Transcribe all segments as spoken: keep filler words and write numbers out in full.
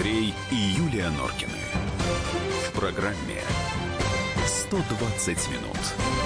Андрей и Юлия Норкины. В программе сто двадцать минут.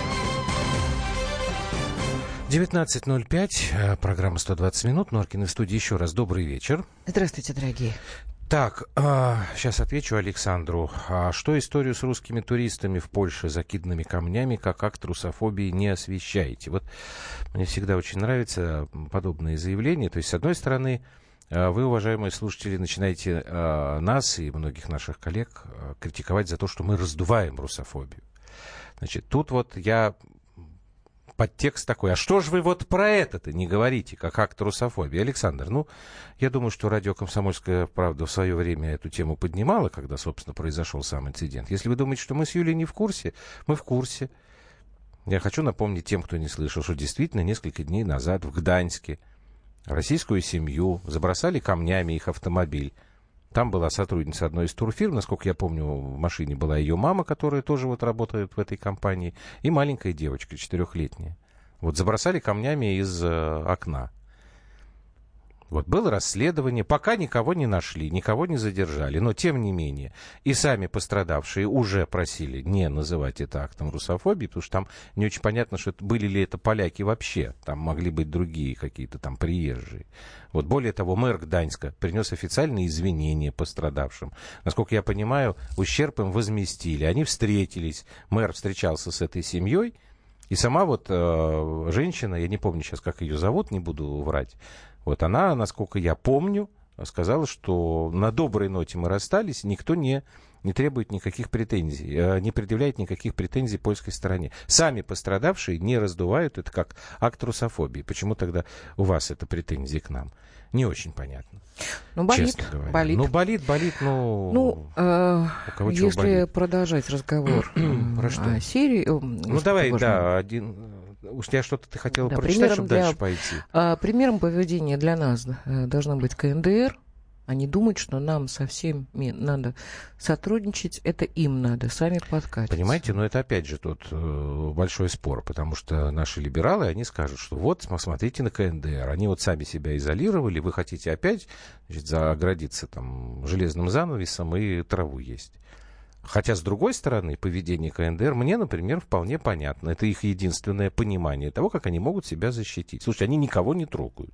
девятнадцать ноль пять, программа сто двадцать минут. Норкины в студии. Еще раз добрый вечер. Здравствуйте, дорогие. Так, а, сейчас отвечу Александру. А что историю с русскими туристами в Польше закиданными камнями как акт русофобии не освещаете? Вот мне всегда очень нравятся подобные заявления. То есть, с одной стороны, вы, уважаемые слушатели, начинаете а, нас и многих наших коллег а, критиковать за то, что мы раздуваем русофобию. Значит, тут вот я... Подтекст такой, а что же вы вот про это-то не говорите, как акт русофобии? Александр, ну, я думаю, что радио «Комсомольская правда» в свое время эту тему поднимала, когда, собственно, произошел сам инцидент. Если вы думаете, что мы с Юлей не в курсе, мы в курсе. Я хочу напомнить тем, кто не слышал, что действительно несколько дней назад в Гданьске российскую семью забросали камнями их автомобиль. Там была сотрудница одной из турфирм, насколько я помню, в машине была ее мама, которая тоже вот работает в этой компании, и маленькая девочка, четырехлетняя. Вот забросали камнями из э, окна. Вот было расследование, пока никого не нашли, никого не задержали, но тем не менее и сами пострадавшие уже просили не называть это актом русофобии, потому что там не очень понятно, что это, были ли это поляки вообще, там могли быть другие какие-то там приезжие. Вот более того, мэр Гданьска принес официальные извинения пострадавшим. Насколько я понимаю, ущерб им возместили, они встретились, мэр встречался с этой семьей. И сама вот э, женщина, я не помню сейчас, как ее зовут, не буду врать, вот она, насколько я помню, сказала, что на доброй ноте мы расстались, никто не, не требует никаких претензий, э, не предъявляет никаких претензий польской стороне. Сами пострадавшие не раздувают это как акт русофобии. Почему тогда у вас это претензии к нам? Не очень понятно. Ну, болит, честно говоря. болит. Ну, болит, болит, ну... Ну, э, у кого чего если болит? Продолжать разговор Про что? о Сирии... Ну, давай, да, один... Уж я что-то ты хотела да, прочитать, чтобы для, дальше пойти. А, примером поведения для нас э, должна быть ка эн дэ эр, а не думать, что нам со всеми надо сотрудничать, это им надо, сами подкатиться. Понимаете, но это опять же тот э, большой спор, потому что наши либералы, они скажут, что вот, смотрите на ка эн дэ эр, они вот сами себя изолировали, вы хотите опять, значит, заградиться там железным занавесом и траву есть. Хотя, с другой стороны, поведение ка эн дэ эр мне, например, вполне понятно. Это их единственное понимание того, как они могут себя защитить. Слушайте, они никого не трогают.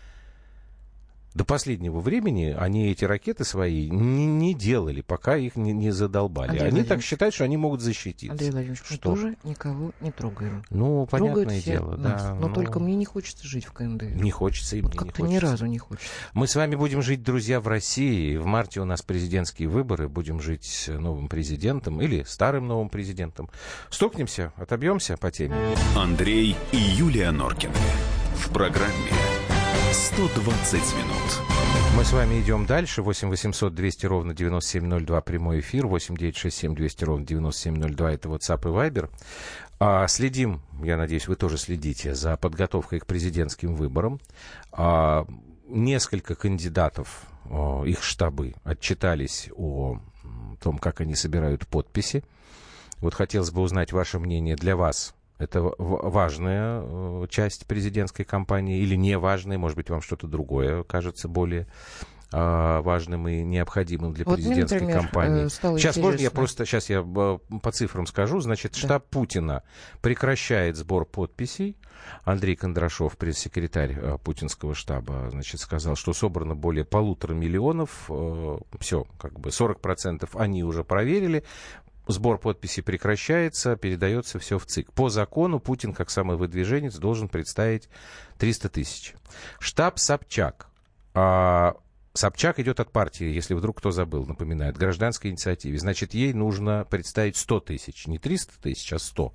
До последнего времени они эти ракеты свои не, не делали, пока их не, не задолбали. Андрей Они так считают, что они могут защититься. Андрей Владимирович, мы что? тоже никого не трогаем. Ну, понятное Трогают все дело, нас. да. Но ну... только мне не хочется жить в ка эн дэ эр. Не хочется, и вот мне не как-то хочется. ни разу не хочется. Мы с вами будем жить, друзья, в России. В марте у нас президентские выборы. Будем жить новым президентом или старым новым президентом. Стукнемся, отобьемся по теме. Андрей и Юлия Норкины. В программе сто двадцать минут. Мы с вами идем дальше. восемь восемьсот двести ровно девяносто семь ноль два прямой эфир. восемь девятьсот шестьдесят семь двести ровно девяносто семь ноль два это WhatsApp и Viber. А, следим, я надеюсь, вы тоже следите за подготовкой к президентским выборам. А, несколько кандидатов, а, их штабы отчитались о том, как они собирают подписи. Вот хотелось бы узнать ваше мнение. Для вас это важная э, часть президентской кампании или не важная? Может быть, вам что-то другое кажется более э, важным и необходимым для вот президентской мне, например, кампании? Э, сейчас интересно. можно я просто сейчас я э, по цифрам скажу. Значит, да. штаб Путина прекращает сбор подписей. Андрей Кондрашов, пресс-секретарь э, путинского штаба, значит, сказал, что собрано более полутора миллионов. Э, все, как бы сорок процентов они уже проверили. Сбор подписей прекращается, передается все в ЦИК. По закону Путин, как самый выдвиженец, должен представить триста тысяч. Штаб Собчак. А, Собчак идет от партии, если вдруг кто забыл, напоминает, гражданской инициативе. Значит, ей нужно представить сто тысяч. Не триста тысяч, а сто.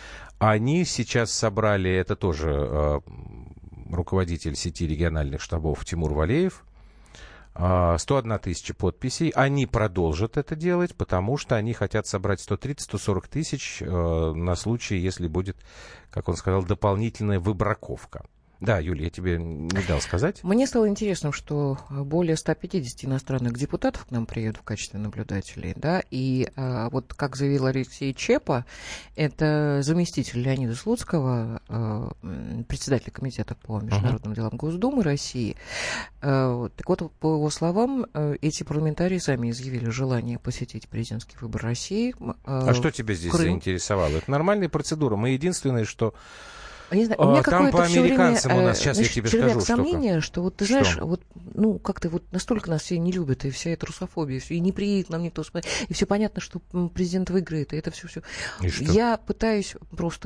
Они сейчас собрали, это тоже э, руководитель сети региональных штабов Тимур Валеев, сто одна тысяча подписей. Они продолжат это делать, потому что они хотят собрать сто тридцать - сто сорок тысяч э, на случай, если будет, как он сказал, дополнительная выбраковка. Да, Юля, я тебе не дал сказать. Мне стало интересно, что более ста пятидесяти иностранных депутатов к нам приедут в качестве наблюдателей, да, и а, вот, как заявил Алексей Чепа, это заместитель Леонида Слуцкого, а, председателя комитета по международным uh-huh. делам Госдумы России. Так вот, по его словам, эти парламентарии сами изъявили желание посетить президентский выбор России. А что тебя здесь Крым. заинтересовало? Это нормальная процедура. Мы единственное, что... Не знаю, у меня там по американцам время, у нас, сейчас значит, я тебе скажу, сомнение, что... что вот ты знаешь, что? вот, ну, как-то вот настолько нас все не любят, и вся эта русофобия, все, и не приедет нам никто смотреть, и все понятно, что президент выиграет, и это все все. Я пытаюсь просто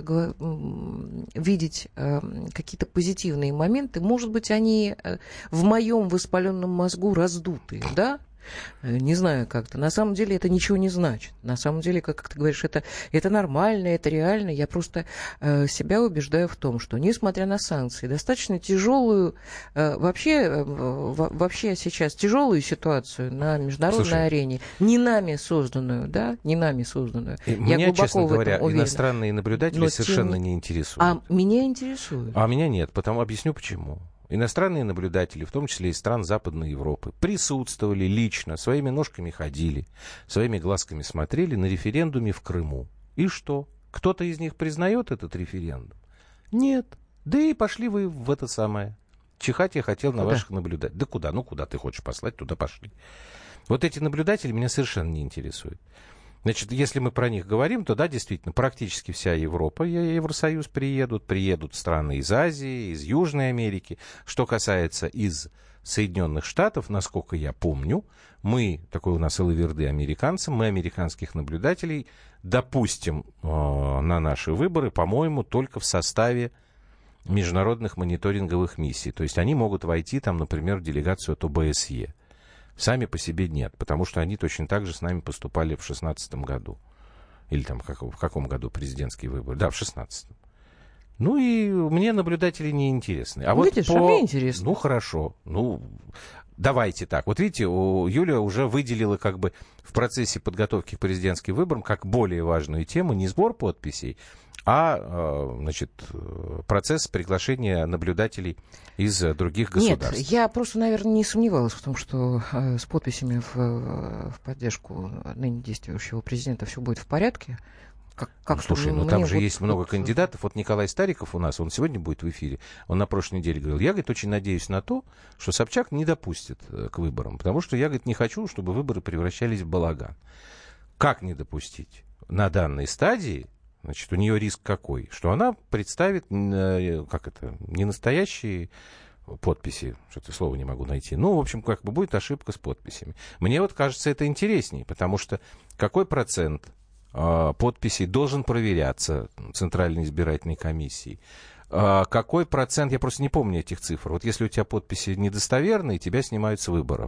видеть э, какие-то позитивные моменты, может быть, они э, в моем воспаленном мозгу раздутые, да? Не знаю как-то. На самом деле это ничего не значит. На самом деле, как, как ты говоришь, это, это нормально, это реально. Я просто э, себя убеждаю в том, что, несмотря на санкции, достаточно тяжелую, э, вообще, э, вообще сейчас тяжелую ситуацию на международной Слушай, арене, не нами созданную, да, не нами созданную. Меня, Я честно говоря, иностранные наблюдатели Но совершенно тем... не интересуют. А меня интересуют. А меня нет, потому объясню почему. Иностранные наблюдатели, в том числе из стран Западной Европы, присутствовали лично, своими ножками ходили, своими глазками смотрели на референдуме в Крыму. И что? Кто-то из них признает этот референдум? Нет. Да и пошли вы в это самое. Чихать я хотел на куда? ваших наблюдателей. Да куда? Ну, куда ты хочешь послать, туда пошли. Вот эти наблюдатели меня совершенно не интересуют. Значит, если мы про них говорим, то да, действительно, практически вся Европа и Евросоюз приедут, приедут страны из Азии, из Южной Америки. Что касается из Соединенных Штатов, насколько я помню, мы, такой у нас элаверды американцам, мы американских наблюдателей допустим э, на наши выборы, по-моему, только в составе международных мониторинговых миссий. То есть они могут войти, там, например, в делегацию от О Бэ Эс Е. Сами по себе нет, потому что они точно так же с нами поступали в шестнадцатом году. Или там как, в каком году президентские выборы? Да, в шестнадцатом. Ну и мне наблюдатели не интересны. А Видишь, вот по... а мне интересно. Ну хорошо, ну давайте так. Вот видите, у Юлия уже выделила как бы в процессе подготовки к президентским выборам как более важную тему не сбор подписей, а, значит, процесс приглашения наблюдателей из других государств. Нет, я просто, наверное, не сомневалась в том, что э, с подписями в, в поддержку ныне действующего президента все будет в порядке. Как, как ну, слушай, ну там же вот, есть много вот... кандидатов. Вот Николай Стариков у нас, он сегодня будет в эфире. Он на прошлой неделе говорил, я, говорит, очень надеюсь на то, что Собчак не допустит к выборам, потому что я, говорит, не хочу, чтобы выборы превращались в балаган. Как не допустить? На данной стадии, значит, у нее риск какой? Что она представит, как это, не настоящие подписи, что-то слово не могу найти. Ну, в общем, как бы будет ошибка с подписями. Мне вот кажется это интереснее, потому что какой процент подписей должен проверяться Центральной избирательной комиссией? Какой процент, я просто не помню этих цифр, вот если у тебя подписи недостоверные, тебя снимают с выборов.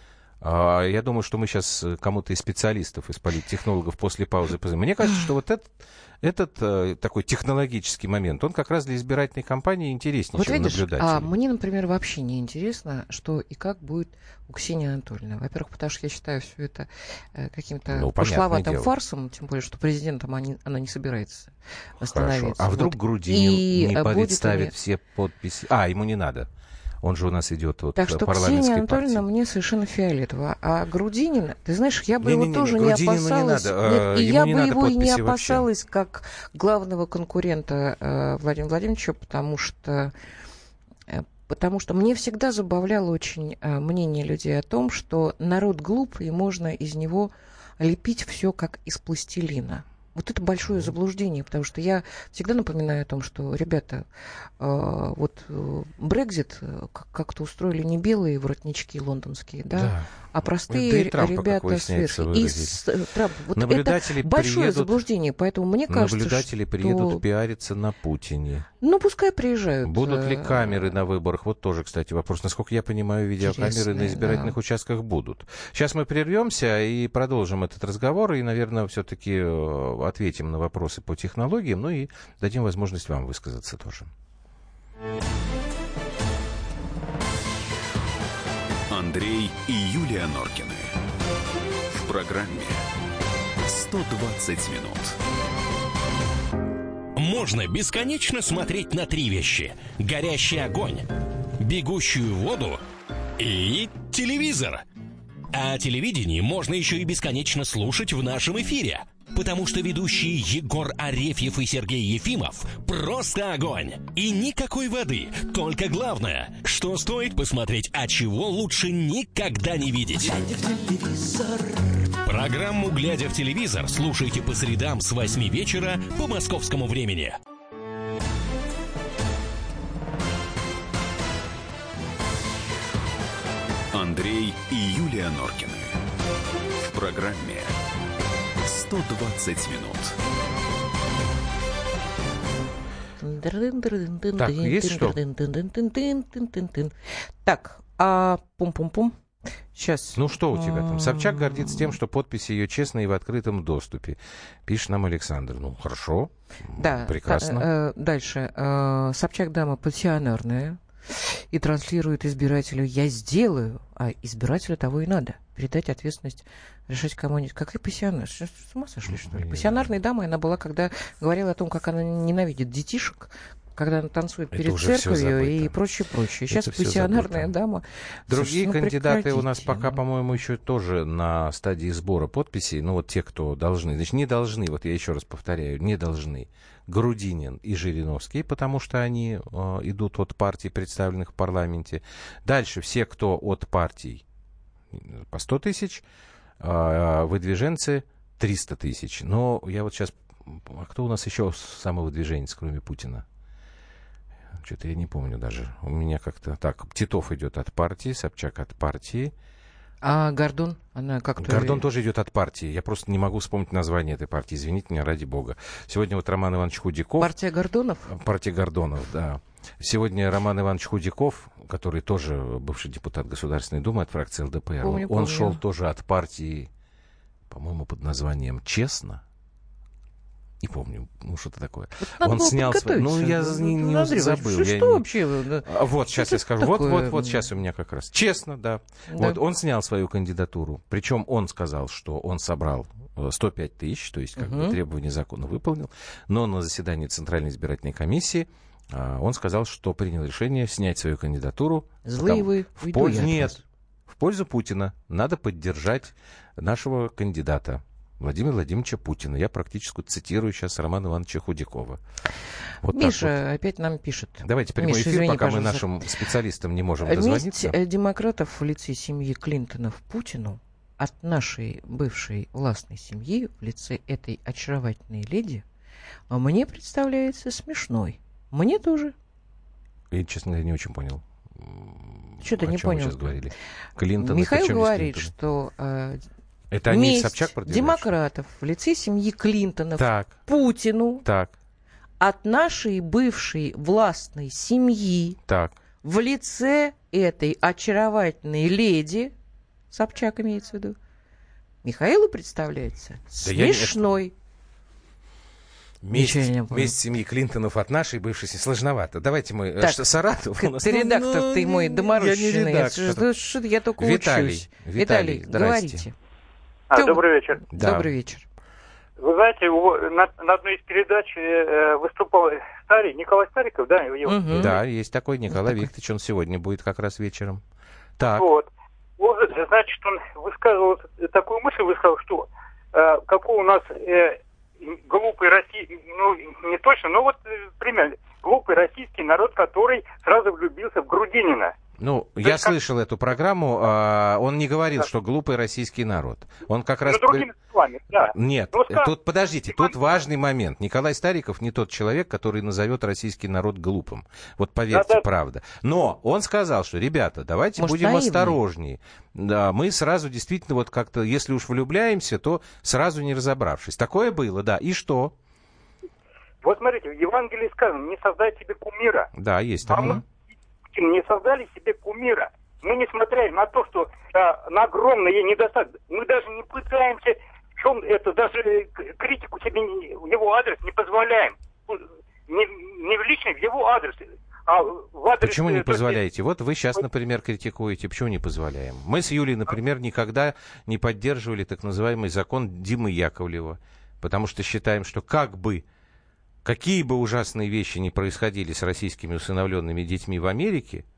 Я думаю, что мы сейчас кому-то из специалистов, из политтехнологов после паузы позовем. Мне кажется, что вот этот, этот такой технологический момент, он как раз для избирательной кампании интереснее, вот чем видишь, наблюдателей. А мне, например, вообще не интересно, что и как будет у Ксении Анатольевны. Во-первых, потому что я считаю все это каким-то ну, пошловатым фарсом, тем более, что президентом они, она не собирается становиться. Хорошо. А вдруг вот. Грудинин и не представит ли... все подписи? А, ему не надо. Он же у нас идет от так что парламентской Ксения Анатольевна партии. мне совершенно фиолетово. А Грудинин, ты знаешь, я бы не, его не, не, тоже не, не Не опасалась. надо. Нет, и я не бы надо его и не вообще. опасалась как главного конкурента э, Владимира Владимировича, потому что, э, потому что мне всегда забавляло очень э, мнение людей о том, что народ глуп, и можно из него лепить все как из пластилина. Вот это большое заблуждение, потому что я всегда напоминаю о том, что, ребята, э, вот Брексит как-то устроили не белые воротнички лондонские, да, да. а простые да и Трампа, ребята сверху. И с, Трамп, вот наблюдатели это большое приедут, заблуждение, поэтому мне кажется, наблюдатели что... приедут пиариться на Путине. Ну, пускай приезжают. Будут ли камеры на выборах? Вот тоже, кстати, вопрос. Насколько я понимаю, видеокамеры Интересные, на избирательных да. участках будут. Сейчас мы прервемся и продолжим этот разговор, и, наверное, все-таки ответим на вопросы по технологиям, ну и дадим возможность вам высказаться тоже. Андрей и Юлия Норкины. В программе сто двадцать минут. Можно бесконечно смотреть на три вещи: горящий огонь, бегущую воду и телевизор. А телевидение можно еще и бесконечно слушать в нашем эфире. потому что ведущие Егор Арефьев и Сергей Ефимов просто огонь. И никакой воды, только главное, что стоит посмотреть, а чего лучше никогда не видеть. Программу «Глядя в телевизор» слушайте по средам с восьми вечера по московскому времени. Андрей и Юлия Норкины. В программе сто двадцать минут. Так, есть что? Так, а пум-пум-пум. Сейчас. Ну что у тебя там? Собчак гордится тем, что подписи ее честные и в открытом доступе. Пишет нам Александр. Ну, хорошо. Да. Прекрасно. Э, дальше. Э, Собчак дама пассионарная и транслирует избирателю «я сделаю», а избирателю того и надо. Передать ответственность, решать кому-нибудь. Какая пассионарная? С ума сошли, что ли? Пассионарной дамой она была, когда говорила о том, как она ненавидит детишек, когда она танцует перед церковью и прочее, прочее. Сейчас пассионарная дама. Другие Слушайте, ну, кандидаты у нас прекратите, пока, ну. по-моему, еще тоже на стадии сбора подписей. Ну, вот те, кто должны. Значит, не должны, вот я еще раз повторяю, не должны Грудинин и Жириновский, потому что они э, идут от партий, представленных в парламенте. Дальше все, кто от партий, по сто тысяч, э, выдвиженцы триста тысяч. Но я вот сейчас... А кто у нас еще самый выдвиженец, кроме Путина? Что-то я не помню даже. У меня как-то... Так, Титов идет от партии, Собчак от партии. А Гордон? Она как-то... Гордон тоже идет от партии. Я просто не могу вспомнить название этой партии. Извините меня, ради бога. Сегодня вот Роман Иванович Худяков... Партия Гордонов? Партия Гордонов, да. Сегодня Роман Иванович Худяков, который тоже бывший депутат Государственной Думы от фракции эл дэ пэ эр, Помню, он помню. шел тоже от партии, по-моему, под названием «Честно». Не помню, ну что-то такое. Вот Он снял свой... Ну, я не, не Андрей, забыл. Что, я что не... вообще? Да. А, Вот, сейчас Что я скажу. такое? Вот, вот, вот, сейчас у меня как раз. Честно, да. Да. Вот, он снял свою кандидатуру. Причем он сказал, что он собрал сто пять тысяч, то есть как Угу. бы требования закона выполнил. Но на заседании Центральной избирательной комиссии а, он сказал, что принял решение снять свою кандидатуру. Злые вы, в уйду пользу... я от Нет, вас. в пользу Путина. Надо поддержать нашего кандидата. Владимира Владимировича Путина. Я практически цитирую сейчас Романа Ивановича Худякова. Вот Миша так вот. опять нам пишет. Давайте прямой Миша, эфир, извини, пока мы пожалуйста. нашим специалистам не можем Месть дозвониться. э, демократов в лице семьи Клинтонов Путину от нашей бывшей властной семьи в лице этой очаровательной леди мне представляется смешной. Мне тоже. Я, честно говоря, не очень понял. Что-то о не чем вы понял. сейчас говорили. Клинтон, Михаил причем здесь говорит, Клинтон? что э, Это они месть Собчак продвигают? демократов в лице семьи Клинтонов Так, Путину так, от нашей бывшей властной семьи так. в лице этой очаровательной леди, Собчак имеется в виду, Михаилу представляется Да я не- смешной. Месть, Ничего я не понял. месть семьи Клинтонов от нашей бывшей семьи сложновато. Давайте мы... э, Так, что, Саратов у нас? Ты Ну, редактор, ну, ты мой я не доморощенный. редактор. Что- что- Я только Виталий, учусь. Виталий, здрасте. говорите. А, Доб- добрый вечер. Да. Добрый вечер. Вы знаете, у- на, на одной из передач э, выступал Старик, Николай Стариков, да? Его? Мгм. Да, есть такой Николай такой. Викторович, он сегодня будет как раз вечером. Так, Вот. Вот, значит, он высказывал такую мысль, высказал, что э, какой у нас э, глупый российский, ну, не точно, но вот э, примерно, глупый российский народ, который сразу влюбился в Грудинина. ну, То я есть как- слышал эту программу, а, он не говорил, что глупый российский народ. Он как раз... Ну, другими словами, да. Нет, Ну, скажем, тут подождите, тут важный момент. Николай Стариков не тот человек, который назовет российский народ глупым. Вот поверьте, Да-да. правда. Но он сказал, что, ребята, давайте Может, будем наивный? осторожнее. Да, мы сразу действительно вот как-то, если уж влюбляемся, то сразу не разобравшись. Такое было, да. И что? Вот смотрите, в Евангелии сказано, не создай себе кумира. Да, есть А такое. мы не создали себе кумира. Мы, несмотря на то, что а, на огромные недостатки, мы даже не пытаемся, в чем это, даже к- критику себе не- в его адрес не позволяем. Не, не в личный, в его адрес. А в адрес, Почему э, не то есть, позволяете? Вот вы сейчас, например, критикуете. Почему не позволяем? Мы с Юлей, например, никогда не поддерживали так называемый закон Димы Яковлева, потому что считаем, что как бы, какие бы ужасные вещи ни происходили с российскими усыновленными детьми в Америке,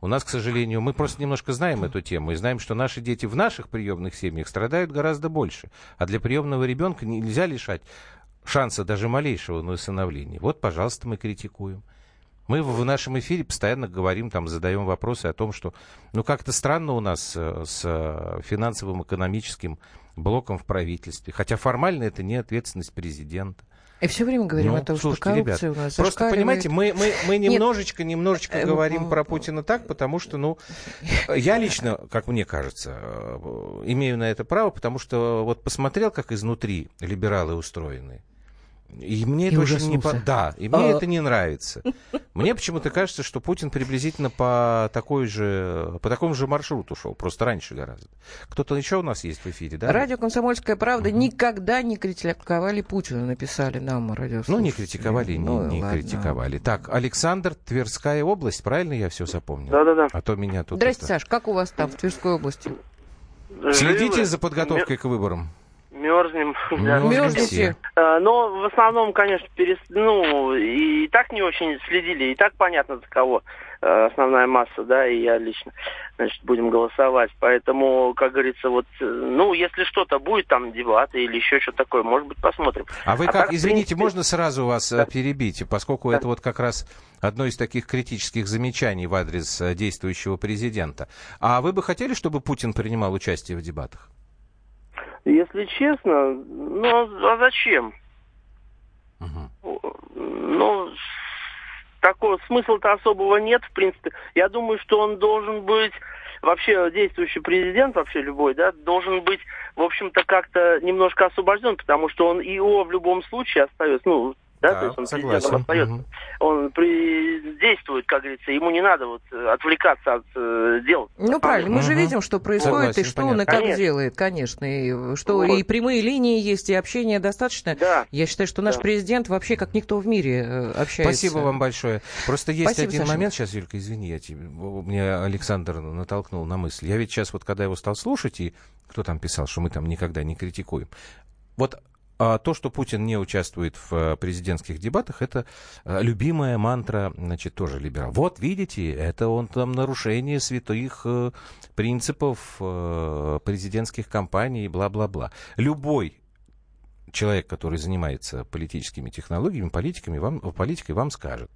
У нас, к сожалению, мы просто немножко знаем эту тему и знаем, что наши дети в наших приемных семьях страдают гораздо больше. А для приемного ребенка нельзя лишать шанса даже малейшего на усыновление. Вот, пожалуйста, мы критикуем. Мы в нашем эфире постоянно говорим, там, задаем вопросы о том, что ну как-то странно у нас с финансовым, экономическим блоком в правительстве. Хотя формально это не ответственность президента. И все время говорим ну, о том, слушайте, что коррупция ребят, у нас просто, понимаете, мы, мы, мы немножечко, Нет. немножечко э, говорим э, про Путина так, потому что, ну, я лично, как мне кажется, имею на это право, потому что вот посмотрел, как изнутри либералы устроены. И мне и это очень не по... Да, и мне а... это не нравится. Мне почему-то кажется, что Путин приблизительно по такой же, по такому же маршруту шел, просто раньше гораздо. Кто-то еще у нас есть в эфире, да? Радио «Комсомольская правда» угу. никогда не критиковали Путина, написали нам радиослушатели. Ну, не критиковали, ну, не, не ладно. критиковали. Так, Александр, Тверская область, правильно я все запомнил? Да-да-да. А то меня тут... Здрасте, это... Саш, как у вас там в Тверской области? Следите Живы. за подготовкой Мер... к выборам? Мерзнем. Мерзнете. А, но в основном, конечно, перес... ну, и так не очень следили, и так понятно, за кого э, основная масса, да, и я лично, значит, будем голосовать. Поэтому, как говорится, вот, ну, если что-то будет, там, дебаты или еще что-то такое, может быть, посмотрим. А вы а как, так, извините, принципе... можно сразу вас да. перебить, поскольку да. это вот как раз одно из таких критических замечаний в адрес действующего президента. А вы бы хотели, чтобы Путин принимал участие в дебатах? Если честно, ну, а зачем? Угу. Ну, такого смысла-то особого нет, в принципе. Я думаю, что он должен быть, вообще действующий президент, вообще любой, да, должен быть, в общем-то, как-то немножко освобожден, потому что он ИО в любом случае остается, ну, да, да, то есть он согласен. президентом остается. Угу. Он при... действует, как говорится, ему не надо вот отвлекаться от э, дел. Ну, правильно, мы угу. же видим, что происходит, Согласен, и что понятно. он и как Конечно. делает, конечно, и что Вот. и прямые линии есть, и общения достаточно. Да. Я считаю, что наш да. президент вообще как никто в мире общается. Спасибо вам большое. Просто есть Спасибо, один Саша. момент, сейчас, Юлька, извини, я тебе, мне Александр натолкнул на мысль. Я ведь сейчас вот, когда его стал слушать, и кто там писал, что мы там никогда не критикуем. Вот а то, что Путин не участвует в президентских дебатах, это любимая мантра, значит, тоже либерал. Вот, видите, это он там нарушение святых э, принципов э, президентских кампаний и бла-бла-бла. Любой человек, который занимается политическими технологиями, политиками, вам, политикой, вам скажет,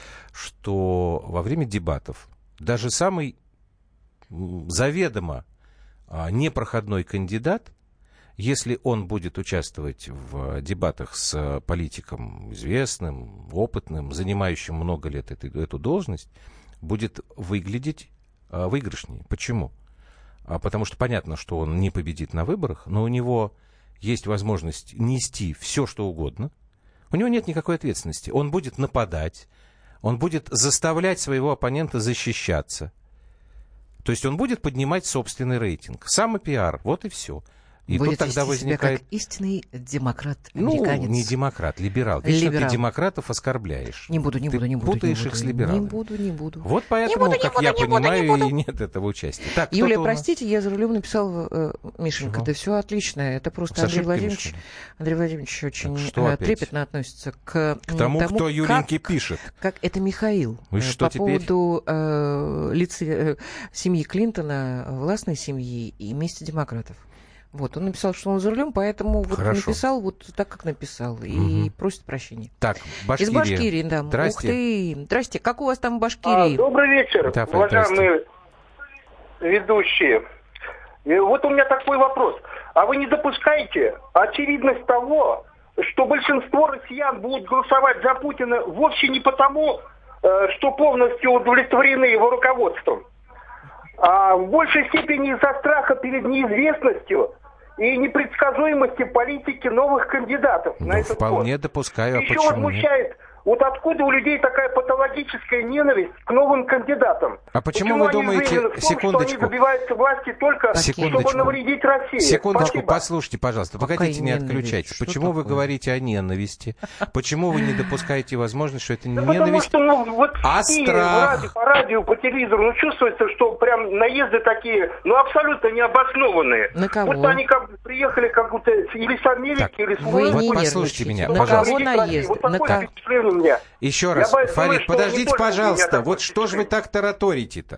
что во время дебатов даже самый заведомо э, непроходной кандидат, если он будет участвовать в дебатах с политиком известным, опытным, занимающим много лет эту, эту должность, будет выглядеть а, выигрышнее. Почему? А, потому что понятно, что он не победит на выборах, но у него есть возможность нести все, что угодно. У него нет никакой ответственности. Он будет нападать, он будет заставлять своего оппонента защищаться. То есть он будет поднимать собственный рейтинг. Самопиар, вот и все. И будет тут тогда вести возникает... себя как истинный демократ-американец. Ну, не демократ, либерал. Вечно Либерал. ты демократов оскорбляешь. Не буду, не ты буду, не буду. путаешь не их буду, с либералами. Не буду, не буду. Вот поэтому, не буду, не как буду, я не понимаю, буду, не буду. и нет этого участия. Так, Юлия, нас... простите, я за рулем написал, э, Мишенька, Чего? да все отлично. Это просто С Андрей ошибками, Владимирович, что ли? Андрей Владимирович очень что э, опять? трепетно относится к, К тому, тому кто Юленьке как, пишет. Как это Михаил. И э, что по теперь? поводу э, лица э, семьи Клинтона, властной семьи и вместе демократов. Вот, он написал, что он за рулем, поэтому вот Хорошо. написал вот так, как написал, и Мгм. просит прощения. Так, Башкирия. Из Башкирии, да. Здрасте. Ух ты. Здрасте. Как у вас там в А, Башкирии? добрый вечер, Да, Фред, уважаемые ведущие. И вот у меня такой вопрос. А вы не допускаете очевидность того, что большинство россиян будут голосовать за Путина вовсе не потому, э, что полностью удовлетворены его руководством, а в большей степени из-за страха перед неизвестностью и непредсказуемости политики новых кандидатов Ну, на этот вполне пост. допускаю, а Еще почему нет? возмущает, вот откуда у людей такая патологическая ненависть к новым кандидатам? А почему вы они думаете- уверены в том, секундочку. что они добиваются власти только, Секундочку. чтобы навредить России? Секундочку, Спасибо. послушайте, пожалуйста, Какая погодите, не ненависть? отключайтесь. Что Почему вы такое? говорите о ненависти? Почему вы не допускаете возможность, что это Да потому ненависть? что, ну, вот А в Киеве, страх? в радио, по радио, по телевизору, ну, чувствуется, что прям наезды такие, ну, абсолютно необоснованные. На кого? Вот они как бы приехали как будто или с Америки, Так, или с Вы Вот не послушайте нервничайте. меня, На пожалуйста. кого наезд? Вот На такое ко- впечатление у меня. Еще Я раз, боюсь, Фарид, что он не подождите, только у меня пожалуйста, такое вот что же вы впечатление. так тараторите-то?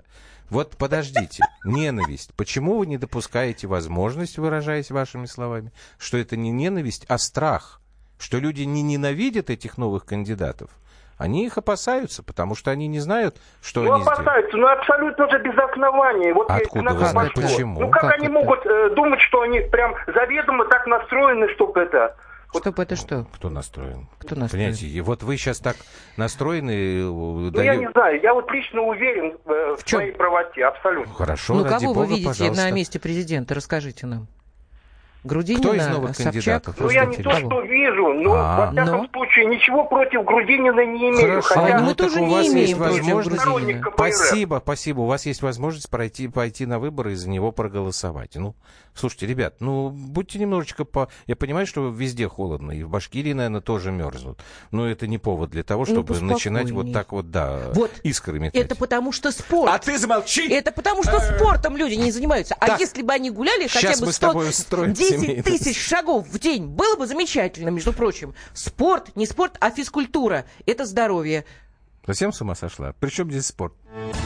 Вот подождите, ненависть. Почему вы не допускаете возможность, выражаясь вашими словами, что это не ненависть, а страх? Что люди не ненавидят этих новых кандидатов? Они их опасаются, потому что они не знают, что ну, они опасаются, сделают. Ну, абсолютно же без оснований. Вот откуда вы знаете? Почему? Ну, как, как они это? могут э, думать, что они прям заведомо так настроены, чтобы это... Чтоб это что? Кто настроен? Кто настроен? Понимаете, и вот вы сейчас так настроены... Ну, даю... я не знаю, я вот лично уверен э, в, В чем? своей правоте, абсолютно. Хорошо, Ну, ради кого бога, вы видите пожалуйста. на месте президента? Расскажите нам. Грудинина, Кто из новых Собчак? кандидатов? Ну, я не то, интересно. что вижу, но, А. во всяком Но? случае, ничего против Грудинина не имею. Хорошо, Хотя... ну, мы так тоже у не вас имеем есть против возможность... Грудинина. Спасибо, спасибо. У вас есть возможность пройти, пойти на выборы и за него проголосовать. Ну, слушайте, ребят, ну, будьте немножечко по... Я понимаю, что везде холодно, и в Башкирии, наверное, тоже мерзнут. Но это не повод для того, чтобы Ну, начинать вот так вот, да, Вот. искры метать. Это потому что спорт. А ты замолчи! Это потому что спортом люди не занимаются. А Так. если бы они гуляли хотя Сейчас бы мы с тобой сто устроим десять семейный. тысяч шагов в день, было бы замечательно, между прочим. Спорт, не спорт, а физкультура. Это здоровье. Совсем с ума сошла? Причем здесь спорт?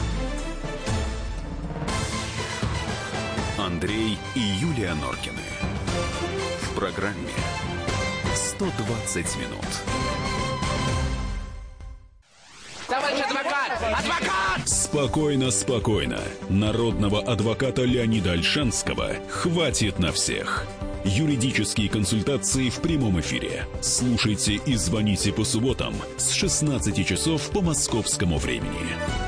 Андрей и Юлия Норкины. В программе сто двадцать минут. Товарищ адвокат! Адвокат! Спокойно, спокойно. Народного адвоката Леонида Ольшанского хватит на всех. Юридические консультации в прямом эфире. Слушайте и звоните по субботам с шестнадцати часов по московскому времени.